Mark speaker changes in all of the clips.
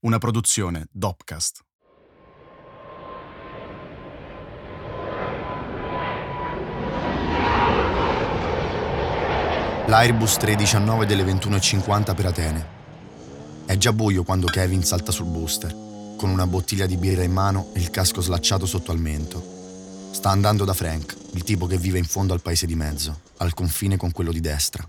Speaker 1: una produzione Dopcast.
Speaker 2: L'Airbus 319 delle 21:50 per Atene. È già buio quando Kevin salta sul booster, con una bottiglia di birra in mano e il casco slacciato sotto al mento. Sta andando da Frank, il tipo che vive in fondo al paese di mezzo, al confine con quello di destra.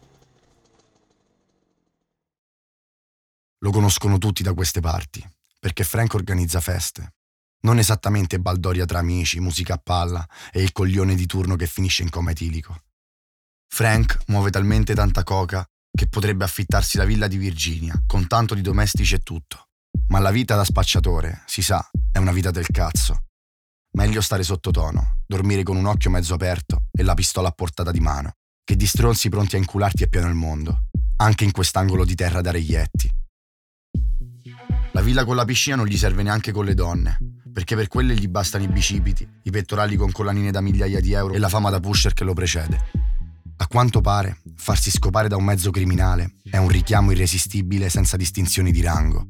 Speaker 2: Lo conoscono tutti da queste parti, perché Frank organizza feste. Non esattamente baldoria tra amici, musica a palla e il coglione di turno che finisce in coma etilico. Frank muove talmente tanta coca che potrebbe affittarsi la villa di Virginia, con tanto di domestici e tutto. Ma la vita da spacciatore, si sa, è una vita del cazzo. Meglio stare sottotono, dormire con un occhio mezzo aperto e la pistola a portata di mano, che di stronzi pronti a incularti è pieno il mondo, anche in quest'angolo di terra da reietti. La villa con la piscina non gli serve neanche con le donne, perché per quelle gli bastano i bicipiti, i pettorali con collanine da migliaia di euro e la fama da pusher che lo precede. A quanto pare, farsi scopare da un mezzo criminale è un richiamo irresistibile senza distinzioni di rango.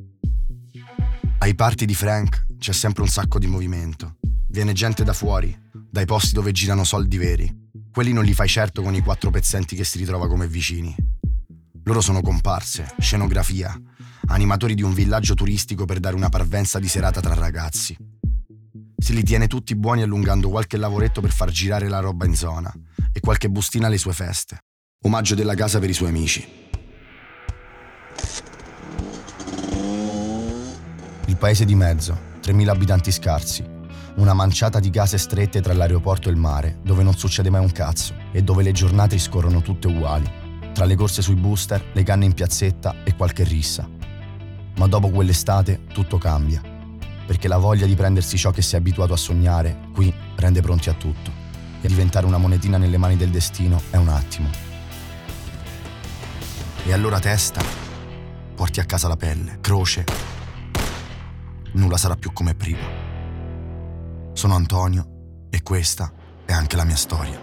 Speaker 2: Ai party di Frank c'è sempre un sacco di movimento. Viene gente da fuori, dai posti dove girano soldi veri. Quelli non li fai certo con i 4 pezzenti che si ritrova come vicini. Loro sono comparse, scenografia, animatori di un villaggio turistico per dare una parvenza di serata tra ragazzi. Se li tiene tutti buoni allungando qualche lavoretto per far girare la roba in zona e qualche bustina alle sue feste. Omaggio della casa per i suoi amici. Il paese di mezzo, 3.000 abitanti scarsi, una manciata di case strette tra l'aeroporto e il mare, dove non succede mai un cazzo e dove le giornate scorrono tutte uguali, tra le corse sui booster, le canne in piazzetta e qualche rissa. Ma dopo quell'estate tutto cambia, perché la voglia di prendersi ciò che si è abituato a sognare qui rende pronti a tutto, e diventare una monetina nelle mani del destino è un attimo. E allora testa, porti a casa la pelle, croce, nulla sarà più come prima. Sono Antonio e questa è anche la mia storia.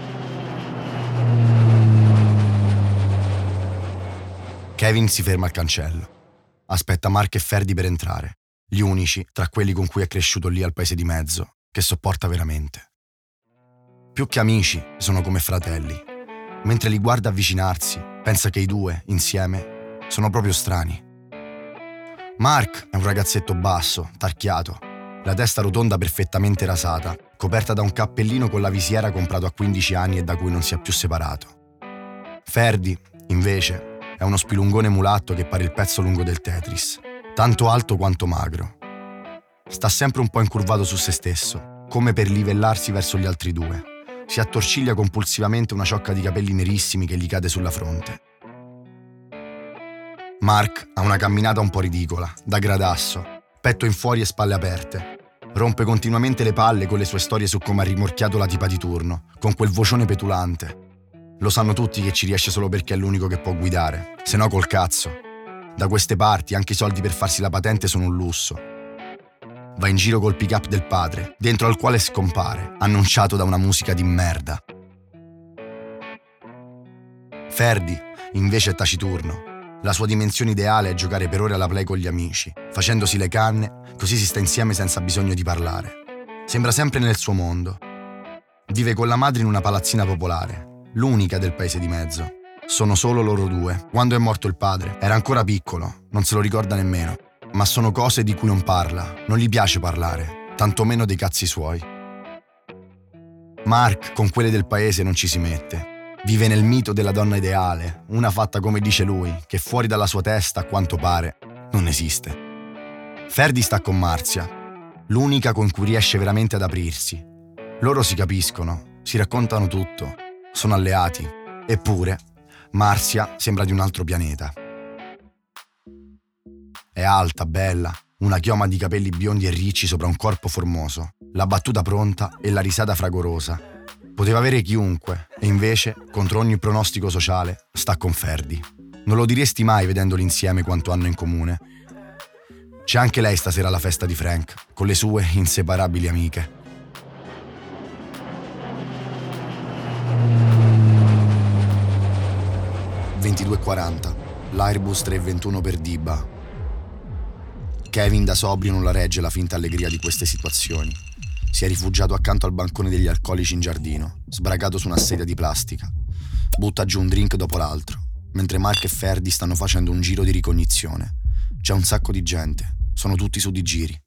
Speaker 2: Kevin si ferma al cancello. Aspetta Mark e Ferdi per entrare, gli unici tra quelli con cui è cresciuto lì al paese di mezzo, che sopporta veramente. Più che amici, sono come fratelli. Mentre li guarda avvicinarsi, pensa che i due, insieme, sono proprio strani. Mark è un ragazzetto basso, tarchiato, la testa rotonda perfettamente rasata, coperta da un cappellino con la visiera comprato a 15 anni e da cui non si è più separato. Ferdi, invece, è uno spilungone mulatto che pare il pezzo lungo del Tetris, tanto alto quanto magro. Sta sempre un po' incurvato su se stesso, come per livellarsi verso gli altri due. Si attorciglia compulsivamente una ciocca di capelli nerissimi che gli cade sulla fronte. Mark ha una camminata un po' ridicola, da gradasso, petto in fuori e spalle aperte. Rompe continuamente le palle con le sue storie su come ha rimorchiato la tipa di turno, con quel vocione petulante. Lo sanno tutti che ci riesce solo perché è l'unico che può guidare, se no col cazzo. Da queste parti anche i soldi per farsi la patente sono un lusso. Va in giro col pick-up del padre, dentro al quale scompare, annunciato da una musica di merda. Ferdi, invece, è taciturno. La sua dimensione ideale è giocare per ore alla play con gli amici, facendosi le canne, così si sta insieme senza bisogno di parlare. Sembra sempre nel suo mondo. Vive con la madre in una palazzina popolare, l'unica del paese di mezzo. Sono solo loro due. Quando è morto il padre, era ancora piccolo, non se lo ricorda nemmeno. Ma sono cose di cui non parla, non gli piace parlare, tantomeno dei cazzi suoi. Mark con quelle del paese non ci si mette. Vive nel mito della donna ideale, una fatta come dice lui, che fuori dalla sua testa, a quanto pare, non esiste. Ferdi sta con Marzia, l'unica con cui riesce veramente ad aprirsi. Loro si capiscono, si raccontano tutto, sono alleati. Eppure, Marzia sembra di un altro pianeta. È alta, bella, una chioma di capelli biondi e ricci sopra un corpo formoso, la battuta pronta e la risata fragorosa. Poteva avere chiunque, e invece, contro ogni pronostico sociale, sta con Ferdi. Non lo diresti mai vedendoli insieme quanto hanno in comune. C'è anche lei stasera alla festa di Frank, con le sue inseparabili amiche. (22:40) l'Airbus 321 per Diba. Kevin da sobrio non la regge la finta allegria di queste situazioni. Si è rifugiato accanto al bancone degli alcolici in giardino, sbragato su una sedia di plastica. Butta giù un drink dopo l'altro, mentre Mark e Ferdi stanno facendo un giro di ricognizione. C'è un sacco di gente, sono tutti su di giri.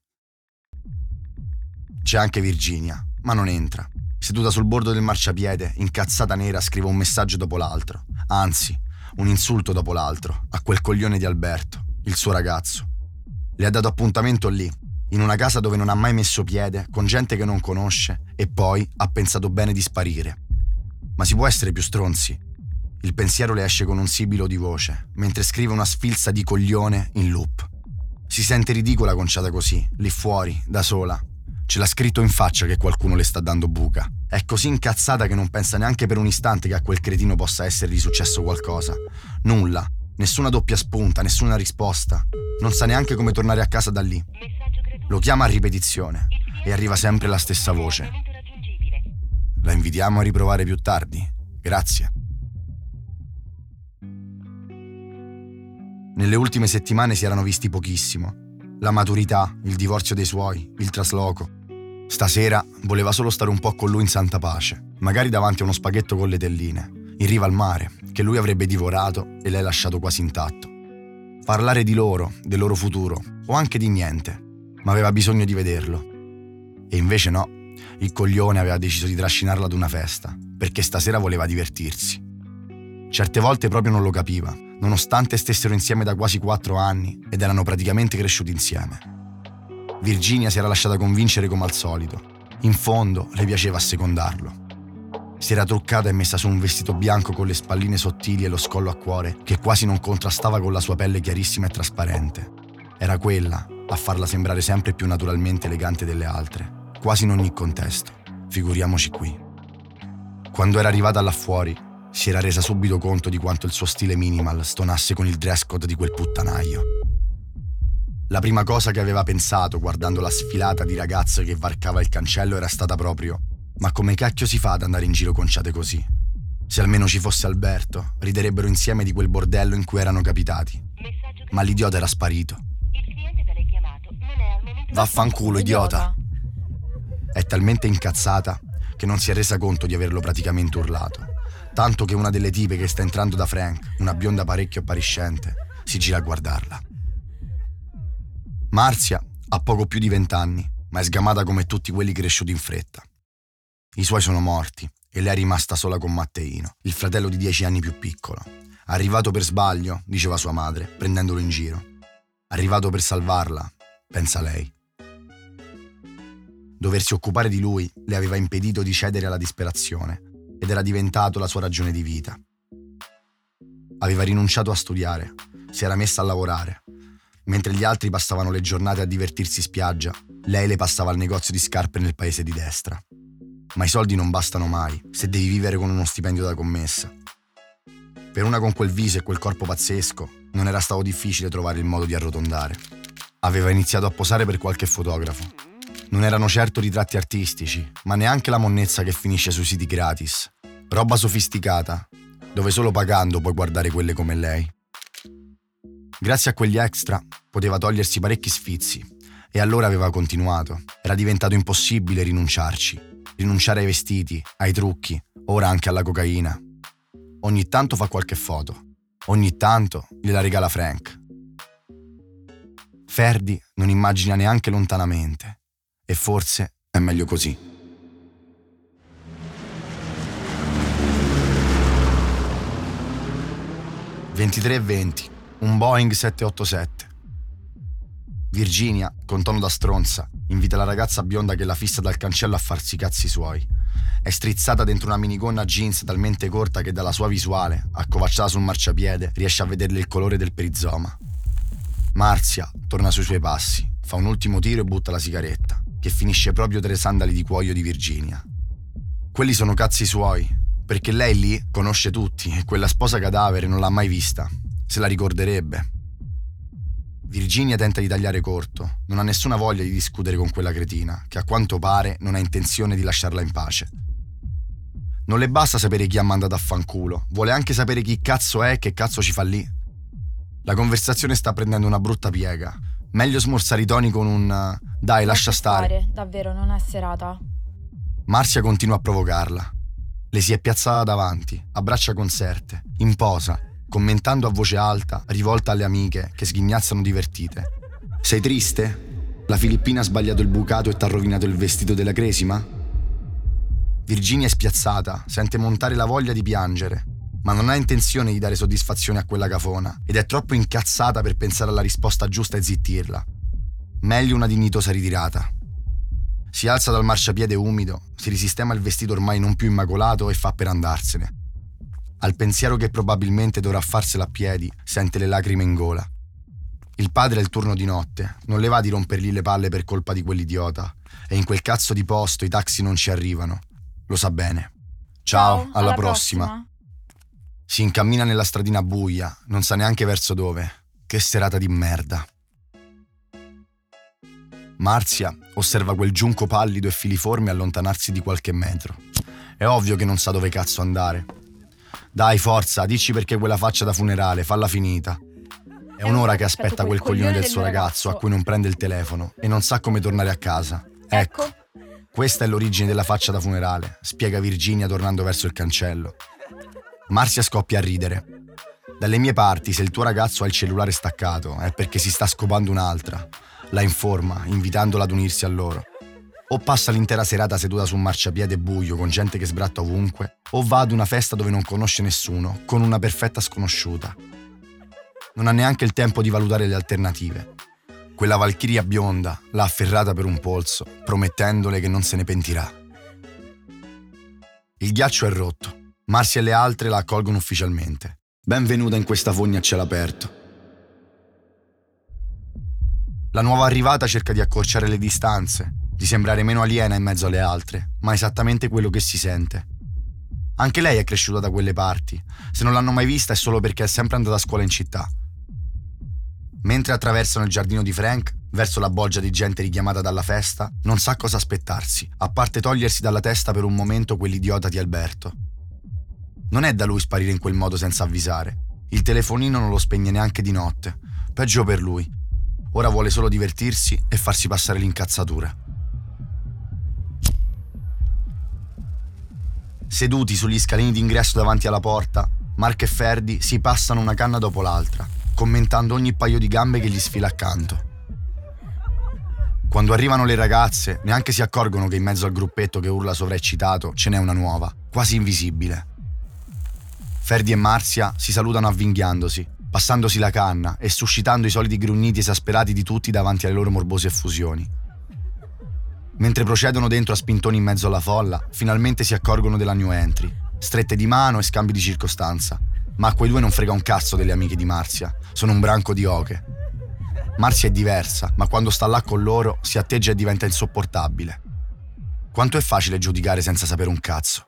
Speaker 2: C'è anche Virginia, ma non entra. Seduta sul bordo del marciapiede, incazzata nera, scrive un messaggio dopo l'altro. Anzi, un insulto dopo l'altro, a quel coglione di Alberto, il suo ragazzo. Le ha dato appuntamento lì, in una casa dove non ha mai messo piede, con gente che non conosce, e poi ha pensato bene di sparire. Ma si può essere più stronzi? Il pensiero le esce con un sibilo di voce, mentre scrive una sfilza di coglione in loop. Si sente ridicola conciata così, lì fuori, da sola. Ce l'ha scritto in faccia che qualcuno le sta dando buca. È così incazzata che non pensa neanche per un istante che a quel cretino possa essergli successo qualcosa. Nulla, nessuna doppia spunta, nessuna risposta. Non sa neanche come tornare a casa da lì. Lo chiama a ripetizione e arriva sempre la stessa voce. La invitiamo a riprovare più tardi. Grazie. Nelle ultime settimane si erano visti pochissimo. La maturità, il divorzio dei suoi, il trasloco. Stasera voleva solo stare un po' con lui in santa pace, magari davanti a uno spaghetto con le telline, in riva al mare, che lui avrebbe divorato e lei lasciato quasi intatto. Parlare di loro, del loro futuro, o anche di niente, ma aveva bisogno di vederlo. E invece no, il coglione aveva deciso di trascinarla ad una festa, perché stasera voleva divertirsi. Certe volte proprio non lo capiva, nonostante stessero insieme da quasi 4 anni ed erano praticamente cresciuti insieme. Virginia si era lasciata convincere come al solito. In fondo le piaceva assecondarlo. Si era truccata e messa su un vestito bianco con le spalline sottili e lo scollo a cuore che quasi non contrastava con la sua pelle chiarissima e trasparente. Era quella a farla sembrare sempre più naturalmente elegante delle altre, quasi in ogni contesto, figuriamoci qui. Quando era arrivata là fuori, si era resa subito conto di quanto il suo stile minimal stonasse con il dress code di quel puttanaio. La prima cosa che aveva pensato guardando la sfilata di ragazze che varcava il cancello era stata proprio: ma come cacchio si fa ad andare in giro conciate così? Se almeno ci fosse Alberto, riderebbero insieme di quel bordello in cui erano capitati. Ma l'idiota era sparito. Vaffanculo, idiota! È talmente incazzata che non si è resa conto di averlo praticamente urlato, tanto che una delle tipe che sta entrando da Frank, una bionda parecchio appariscente, si gira a guardarla. Marzia ha poco più di 20 anni, ma è sgamata come tutti quelli cresciuti in fretta. I suoi sono morti e lei è rimasta sola con Matteino, il fratello di 10 anni più piccolo. Arrivato per sbaglio, diceva sua madre, prendendolo in giro. Arrivato per salvarla, pensa lei. Doversi occupare di lui le aveva impedito di cedere alla disperazione ed era diventato la sua ragione di vita. Aveva rinunciato a studiare, si era messa a lavorare. Mentre gli altri passavano le giornate a divertirsi in spiaggia, lei le passava al negozio di scarpe nel paese di destra. Ma i soldi non bastano mai, se devi vivere con uno stipendio da commessa. Per una con quel viso e quel corpo pazzesco, non era stato difficile trovare il modo di arrotondare. Aveva iniziato a posare per qualche fotografo. Non erano certo ritratti artistici, ma neanche la monnezza che finisce sui siti gratis. Roba sofisticata, dove solo pagando puoi guardare quelle come lei. Grazie a quegli extra poteva togliersi parecchi sfizi e allora aveva continuato. Era diventato impossibile rinunciare ai vestiti, ai trucchi, ora anche alla cocaina. Ogni tanto fa qualche foto, ogni tanto gliela regala Frank. Ferdi non immagina neanche lontanamente e forse è meglio così. (23:20) Un Boeing 787. Virginia, con tono da stronza, invita la ragazza bionda che la fissa dal cancello a farsi i cazzi suoi. È strizzata dentro una minigonna jeans talmente corta che dalla sua visuale, accovacciata sul marciapiede, riesce a vederle il colore del perizoma. Marzia torna sui suoi passi, fa un ultimo tiro e butta la sigaretta, che finisce proprio tra i sandali di cuoio di Virginia. Quelli sono cazzi suoi, perché lei lì conosce tutti e quella sposa cadavere non l'ha mai vista. Se la ricorderebbe. Virginia tenta di tagliare corto, non ha nessuna voglia di discutere con quella cretina, che a quanto pare non ha intenzione di lasciarla in pace. Non le basta sapere chi ha mandato a fanculo, vuole anche sapere chi cazzo è e che cazzo ci fa lì. La conversazione sta prendendo una brutta piega. Meglio smorzare i toni con un dai, lascia stare.
Speaker 3: Davvero, non è serata.
Speaker 2: Marzia continua a provocarla. Le si è piazzata davanti, a braccia conserte, in posa, commentando a voce alta, rivolta alle amiche che sghignazzano divertite. Sei triste? La Filippina ha sbagliato il bucato e t'ha rovinato il vestito della cresima? Virginia è spiazzata, sente montare la voglia di piangere, ma non ha intenzione di dare soddisfazione a quella cafona ed è troppo incazzata per pensare alla risposta giusta e zittirla. Meglio una dignitosa ritirata. Si alza dal marciapiede umido, si risistema il vestito ormai non più immacolato e fa per andarsene. Al pensiero che probabilmente dovrà farsela a piedi, sente le lacrime in gola. Il padre ha il turno di notte, non le va di rompergli le palle per colpa di quell'idiota, e in quel cazzo di posto i taxi non ci arrivano. Lo sa bene. Ciao, alla prossima. Si incammina nella stradina buia, non sa neanche verso dove. Che serata di merda. Marzia osserva quel giunco pallido e filiforme allontanarsi di qualche metro. È ovvio che non sa dove cazzo andare. Dai, forza, dici perché quella faccia da funerale, falla finita. È un'ora che aspetta quel coglione del suo ragazzo a cui non prende il telefono e non sa come tornare a casa. Ecco, questa è l'origine della faccia da funerale, spiega Virginia tornando verso il cancello. Marzia scoppia a ridere. Dalle mie parti, se il tuo ragazzo ha il cellulare staccato, è perché si sta scopando un'altra. La informa, invitandola ad unirsi a loro. O passa l'intera serata seduta su un marciapiede buio con gente che sbratta ovunque, o va ad una festa dove non conosce nessuno, con una perfetta sconosciuta. Non ha neanche il tempo di valutare le alternative. Quella valchiria bionda l'ha afferrata per un polso, promettendole che non se ne pentirà. Il ghiaccio è rotto. Marzia e le altre la accolgono ufficialmente. Benvenuta in questa fogna a cielo aperto. La nuova arrivata cerca di accorciare le distanze, di sembrare meno aliena in mezzo alle altre, ma esattamente quello che si sente. Anche lei è cresciuta da quelle parti. Se non l'hanno mai vista è solo perché è sempre andata a scuola in città. Mentre attraversano il giardino di Frank, verso la bolgia di gente richiamata dalla festa, non sa cosa aspettarsi, a parte togliersi dalla testa per un momento quell'idiota di Alberto. Non è da lui sparire in quel modo senza avvisare. Il telefonino non lo spegne neanche di notte. Peggio per lui. Ora vuole solo divertirsi e farsi passare l'incazzatura. Seduti sugli scalini d'ingresso davanti alla porta, Mark e Ferdi si passano una canna dopo l'altra, commentando ogni paio di gambe che gli sfila accanto. Quando arrivano le ragazze, neanche si accorgono che in mezzo al gruppetto che urla sovraeccitato ce n'è una nuova, quasi invisibile. Ferdi e Marzia si salutano avvinghiandosi, passandosi la canna e suscitando i soliti grugniti esasperati di tutti davanti alle loro morbose effusioni. Mentre procedono dentro a spintoni in mezzo alla folla, finalmente si accorgono della new entry, strette di mano e scambi di circostanza. Ma a quei due non frega un cazzo delle amiche di Marzia, sono un branco di oche. Marzia è diversa, ma quando sta là con loro si atteggia e diventa insopportabile. Quanto è facile giudicare senza sapere un cazzo.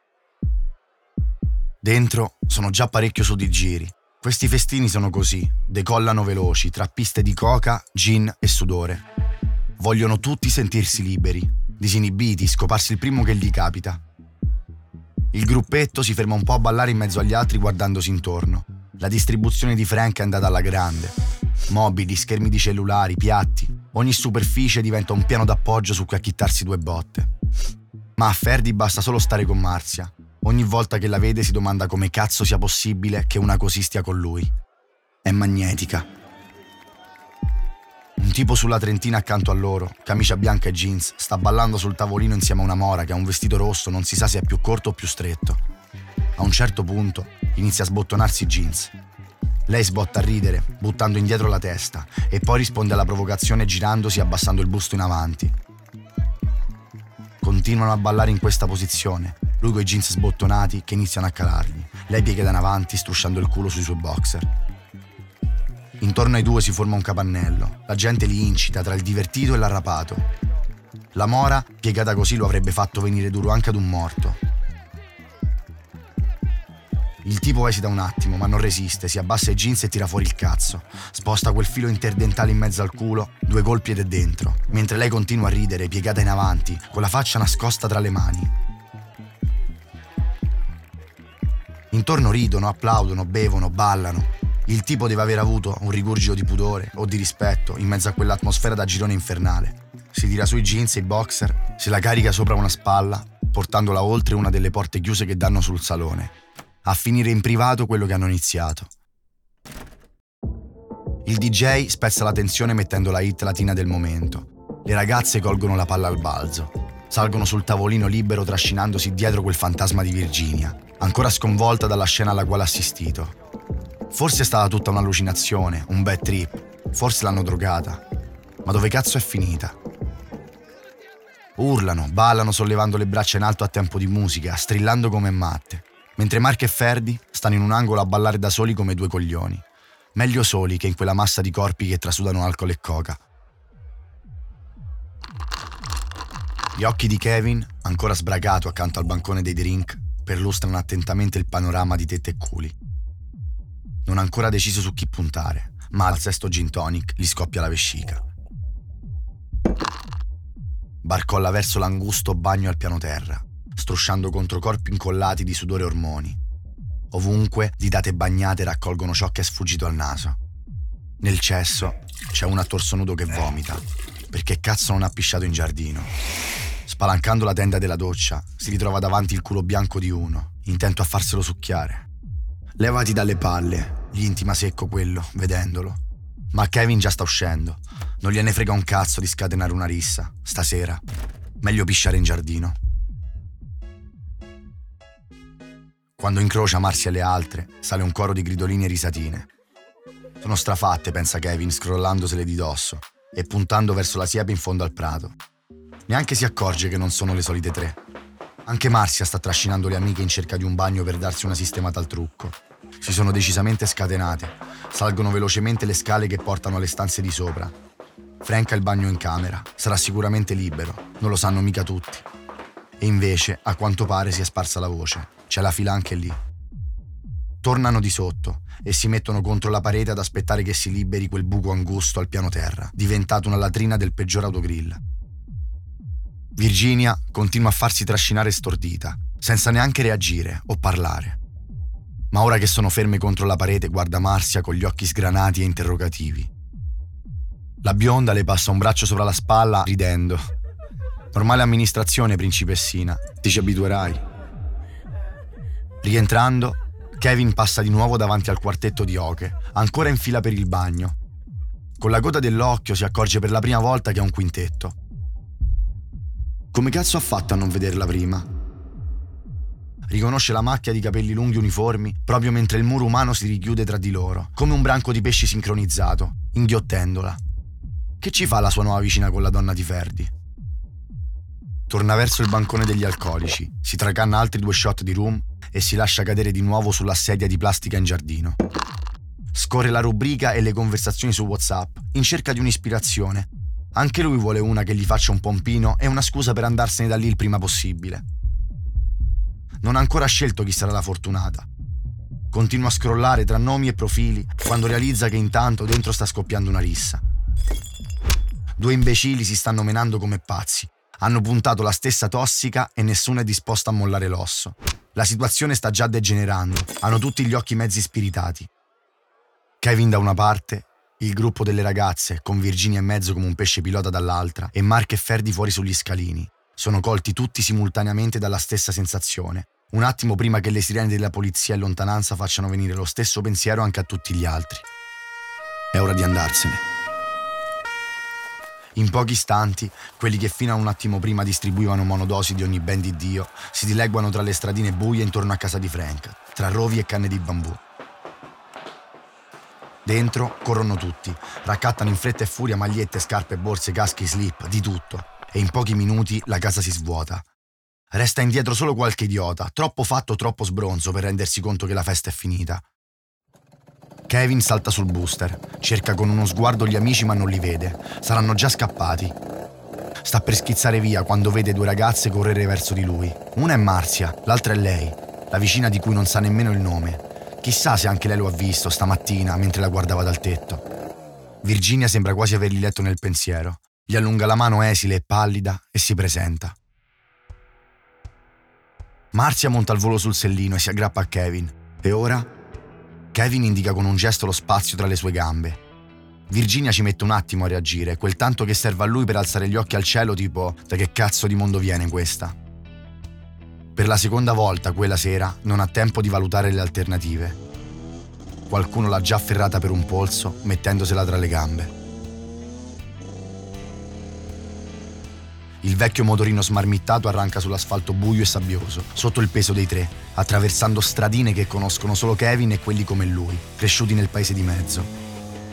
Speaker 2: Dentro sono già parecchio su di giri. Questi festini sono così, decollano veloci, tra piste di coca, gin e sudore. Vogliono tutti sentirsi liberi, disinibiti, scoparsi il primo che gli capita. Il gruppetto si ferma un po' a ballare in mezzo agli altri guardandosi intorno. La distribuzione di Frank è andata alla grande. Mobili, schermi di cellulari, piatti. Ogni superficie diventa un piano d'appoggio su cui acchittarsi due botte. Ma a Ferdi basta solo stare con Marzia. Ogni volta che la vede si domanda come cazzo sia possibile che una così stia con lui. È magnetica. Un tipo sulla trentina accanto a loro, camicia bianca e jeans, sta ballando sul tavolino insieme a una mora che ha un vestito rosso, non si sa se è più corto o più stretto. A un certo punto inizia a sbottonarsi i jeans. Lei sbotta a ridere, buttando indietro la testa, e poi risponde alla provocazione girandosi e abbassando il busto in avanti. Continuano a ballare in questa posizione, lui coi jeans sbottonati che iniziano a calargli, lei piega in avanti strusciando il culo sui suoi boxer. Intorno ai due si forma un capannello, la gente li incita tra il divertito e l'arrapato. La mora, piegata così, lo avrebbe fatto venire duro anche ad un morto. Il tipo esita un attimo, ma non resiste, si abbassa i jeans e tira fuori il cazzo. Sposta quel filo interdentale in mezzo al culo, 2 colpi ed è dentro, mentre lei continua a ridere, piegata in avanti, con la faccia nascosta tra le mani. Intorno ridono, applaudono, bevono, ballano. Il tipo deve aver avuto un rigurgito di pudore o di rispetto in mezzo a quell'atmosfera da girone infernale. Si tira sui jeans e i boxer, se la carica sopra una spalla, portandola oltre una delle porte chiuse che danno sul salone, a finire in privato quello che hanno iniziato. Il DJ spezza la tensione mettendo la hit latina del momento. Le ragazze colgono la palla al balzo. Salgono sul tavolino libero trascinandosi dietro quel fantasma di Virginia, ancora sconvolta dalla scena alla quale ha assistito. Forse è stata tutta un'allucinazione, un bad trip, forse l'hanno drogata. Ma dove cazzo è finita? Urlano, ballano sollevando le braccia in alto a tempo di musica, strillando come matte, mentre Mark e Ferdi stanno in un angolo a ballare da soli come due coglioni. Meglio soli che in quella massa di corpi che trasudano alcol e coca. Gli occhi di Kevin, ancora sbragato accanto al bancone dei drink, perlustrano attentamente il panorama di tette e culi. Non ha ancora deciso su chi puntare, ma al sesto gin tonic gli scoppia la vescica. Barcolla verso l'angusto bagno al piano terra, strusciando contro corpi incollati di sudore e ormoni. Ovunque ditate bagnate raccolgono ciò che è sfuggito al naso. Nel cesso c'è una a torso nudo che vomita, perché cazzo non ha pisciato in giardino. Spalancando la tenda della doccia, si ritrova davanti il culo bianco di uno, intento a farselo succhiare. Levati dalle palle, gli intima secco quello, vedendolo. Ma Kevin già sta uscendo. Non gliene frega un cazzo di scatenare una rissa. Stasera, meglio pisciare in giardino. Quando incrocia Marcia e le altre, sale un coro di gridolini e risatine. Sono strafatte, pensa Kevin, scrollandosele di dosso e puntando verso la siepe in fondo al prato. Neanche si accorge che non sono le solite tre. Anche Marcia sta trascinando le amiche in cerca di un bagno per darsi una sistemata al trucco. Si sono decisamente scatenate. Salgono velocemente le scale che portano alle stanze di sopra. Frank ha il bagno in camera. Sarà sicuramente libero. Non lo sanno mica tutti. E invece, a quanto pare, si è sparsa la voce. C'è la fila anche lì. Tornano di sotto e si mettono contro la parete ad aspettare che si liberi quel buco angusto al piano terra, diventato una latrina del peggior autogrill. Virginia continua a farsi trascinare stordita, senza neanche reagire o parlare. Ma ora che sono ferme contro la parete guarda Marcia con gli occhi sgranati e interrogativi. La bionda le passa un braccio sopra la spalla ridendo. Normale amministrazione, principessina, ti ci abituerai. Rientrando, Kevin passa di nuovo davanti al quartetto di oche, ancora in fila per il bagno. Con la coda dell'occhio si accorge per la prima volta che è un quintetto. Come cazzo ha fatto a non vederla prima? Riconosce la macchia di capelli lunghi uniformi proprio mentre il muro umano si richiude tra di loro, come un branco di pesci sincronizzato, inghiottendola. Che ci fa la sua nuova vicina con la donna di Ferdi? Torna verso il bancone degli alcolici, si tracanna altri 2 shot di rum e si lascia cadere di nuovo sulla sedia di plastica in giardino. Scorre la rubrica e le conversazioni su WhatsApp, in cerca di un'ispirazione. Anche lui vuole una che gli faccia un pompino e una scusa per andarsene da lì il prima possibile. Non ha ancora scelto chi sarà la fortunata. Continua a scrollare tra nomi e profili quando realizza che intanto dentro sta scoppiando una rissa. 2 imbecilli si stanno menando come pazzi. Hanno puntato la stessa tossica e nessuno è disposto a mollare l'osso. La situazione sta già degenerando. Hanno tutti gli occhi mezzi spiritati. Kevin da una parte, il gruppo delle ragazze, con Virginia in mezzo come un pesce pilota dall'altra, e Mark e Ferdi fuori sugli scalini. Sono colti tutti simultaneamente dalla stessa sensazione. Un attimo prima che le sirene della polizia in lontananza facciano venire lo stesso pensiero anche a tutti gli altri. È ora di andarsene. In pochi istanti, quelli che fino a un attimo prima distribuivano monodosi di ogni ben di Dio si dileguano tra le stradine buie intorno a casa di Frank, tra rovi e canne di bambù. Dentro corrono tutti, raccattano in fretta e furia magliette, scarpe, borse, caschi, slip, di tutto, e in pochi minuti la casa si svuota. Resta indietro solo qualche idiota, troppo fatto, troppo sbronzo per rendersi conto che la festa è finita. Kevin salta sul booster, cerca con uno sguardo gli amici ma non li vede, saranno già scappati. Sta per schizzare via quando vede 2 ragazze correre verso di lui. Una è Marcia, l'altra è lei, la vicina di cui non sa nemmeno il nome. Chissà se anche lei lo ha visto stamattina mentre la guardava dal tetto. Virginia sembra quasi avergli letto nel pensiero. Gli allunga la mano esile e pallida e si presenta. Marcia monta al volo sul sellino e si aggrappa a Kevin. E ora? Kevin indica con un gesto lo spazio tra le sue gambe. Virginia ci mette un attimo a reagire, quel tanto che serve a lui per alzare gli occhi al cielo tipo «Da che cazzo di mondo viene questa?». Per la seconda volta quella sera non ha tempo di valutare le alternative. Qualcuno l'ha già afferrata per un polso, mettendosela tra le gambe. Il vecchio motorino smarmittato arranca sull'asfalto buio e sabbioso, sotto il peso dei tre, attraversando stradine che conoscono solo Kevin e quelli come lui, cresciuti nel paese di mezzo.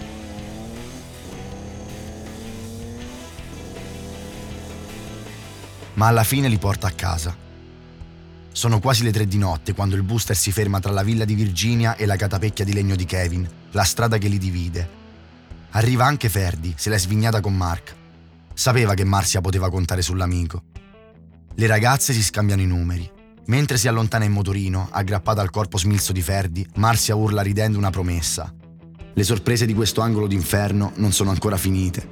Speaker 2: Ma alla fine li porta a casa. Sono quasi le 3 di notte quando il booster si ferma tra la villa di Virginia e la catapecchia di legno di Kevin, la strada che li divide. Arriva anche Ferdi, se l'è svignata con Mark. Sapeva che Marcia poteva contare sull'amico. Le ragazze si scambiano i numeri. Mentre si allontana in motorino, aggrappata al corpo smilzo di Ferdi, Marcia urla ridendo una promessa. Le sorprese di questo angolo d'inferno non sono ancora finite.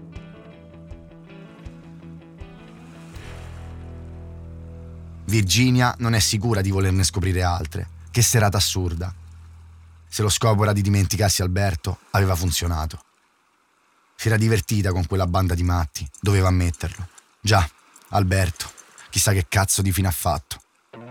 Speaker 2: Virginia non è sicura di volerne scoprire altre. Che serata assurda. Se lo scopo era di dimenticarsi Alberto, aveva funzionato. Si era divertita con quella banda di matti, doveva ammetterlo. Già, Alberto, chissà che cazzo di fine ha fatto.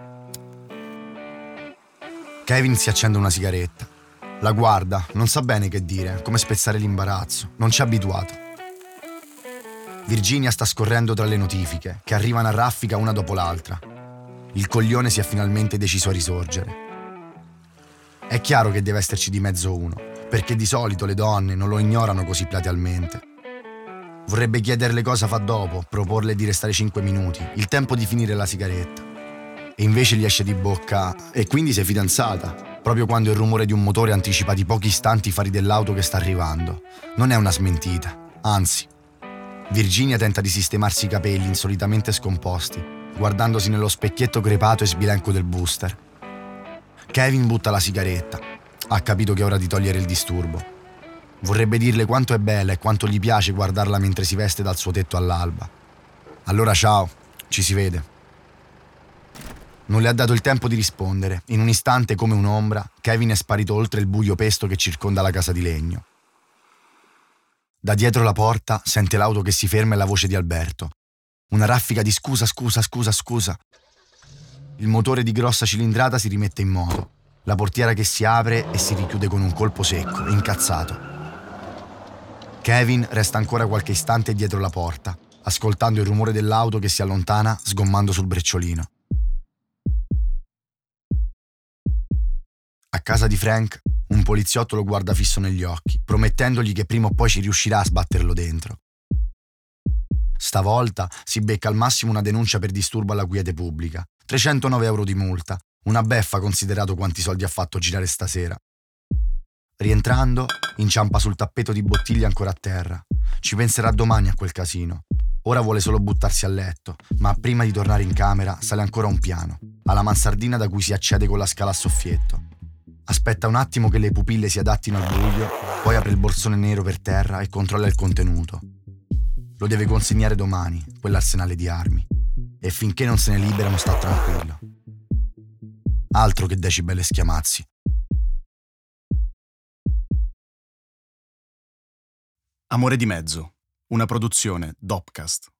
Speaker 2: Kevin si accende una sigaretta. La guarda, non sa bene che dire, come spezzare l'imbarazzo, non ci è abituato. Virginia sta scorrendo tra le notifiche, che arrivano a raffica una dopo l'altra. Il coglione si è finalmente deciso a risorgere. È chiaro che deve esserci di mezzo uno, perché di solito le donne non lo ignorano così platealmente. Vorrebbe chiederle cosa fa dopo, proporle di restare 5 minuti, il tempo di finire la sigaretta. E invece gli esce di bocca: e quindi sei fidanzata? Proprio quando il rumore di un motore anticipa di pochi istanti i fari dell'auto che sta arrivando. Non è una smentita, anzi. Virginia tenta di sistemarsi i capelli insolitamente scomposti, guardandosi nello specchietto crepato e sbilenco del booster. Kevin butta la sigaretta. Ha capito che è ora di togliere il disturbo. Vorrebbe dirle quanto è bella e quanto gli piace guardarla mentre si veste dal suo tetto all'alba. Allora ciao, ci si vede. Non le ha dato il tempo di rispondere. In un istante, come un'ombra, Kevin è sparito oltre il buio pesto che circonda la casa di legno. Da dietro la porta sente l'auto che si ferma e la voce di Alberto. Una raffica di scusa. Il motore di grossa cilindrata si rimette in moto. La portiera che si apre e si richiude con un colpo secco, incazzato. Kevin resta ancora qualche istante dietro la porta, ascoltando il rumore dell'auto che si allontana sgommando sul brecciolino. A casa di Frank, un poliziotto lo guarda fisso negli occhi, promettendogli che prima o poi ci riuscirà a sbatterlo dentro. Stavolta si becca al massimo una denuncia per disturbo alla quiete pubblica, 309 euro di multa, una beffa considerato quanti soldi ha fatto girare stasera. Rientrando, inciampa sul tappeto di bottiglie ancora a terra. Ci penserà domani a quel casino. Ora vuole solo buttarsi a letto, ma prima di tornare in camera sale ancora un piano, alla mansardina da cui si accede con la scala a soffietto. Aspetta un attimo che le pupille si adattino al buio, poi apre il borsone nero per terra e controlla il contenuto. Lo deve consegnare domani, quell'arsenale di armi. E finché non se ne libera non sta tranquillo. Altro che decibel e schiamazzi.
Speaker 1: Amore di mezzo, una produzione Dopcast.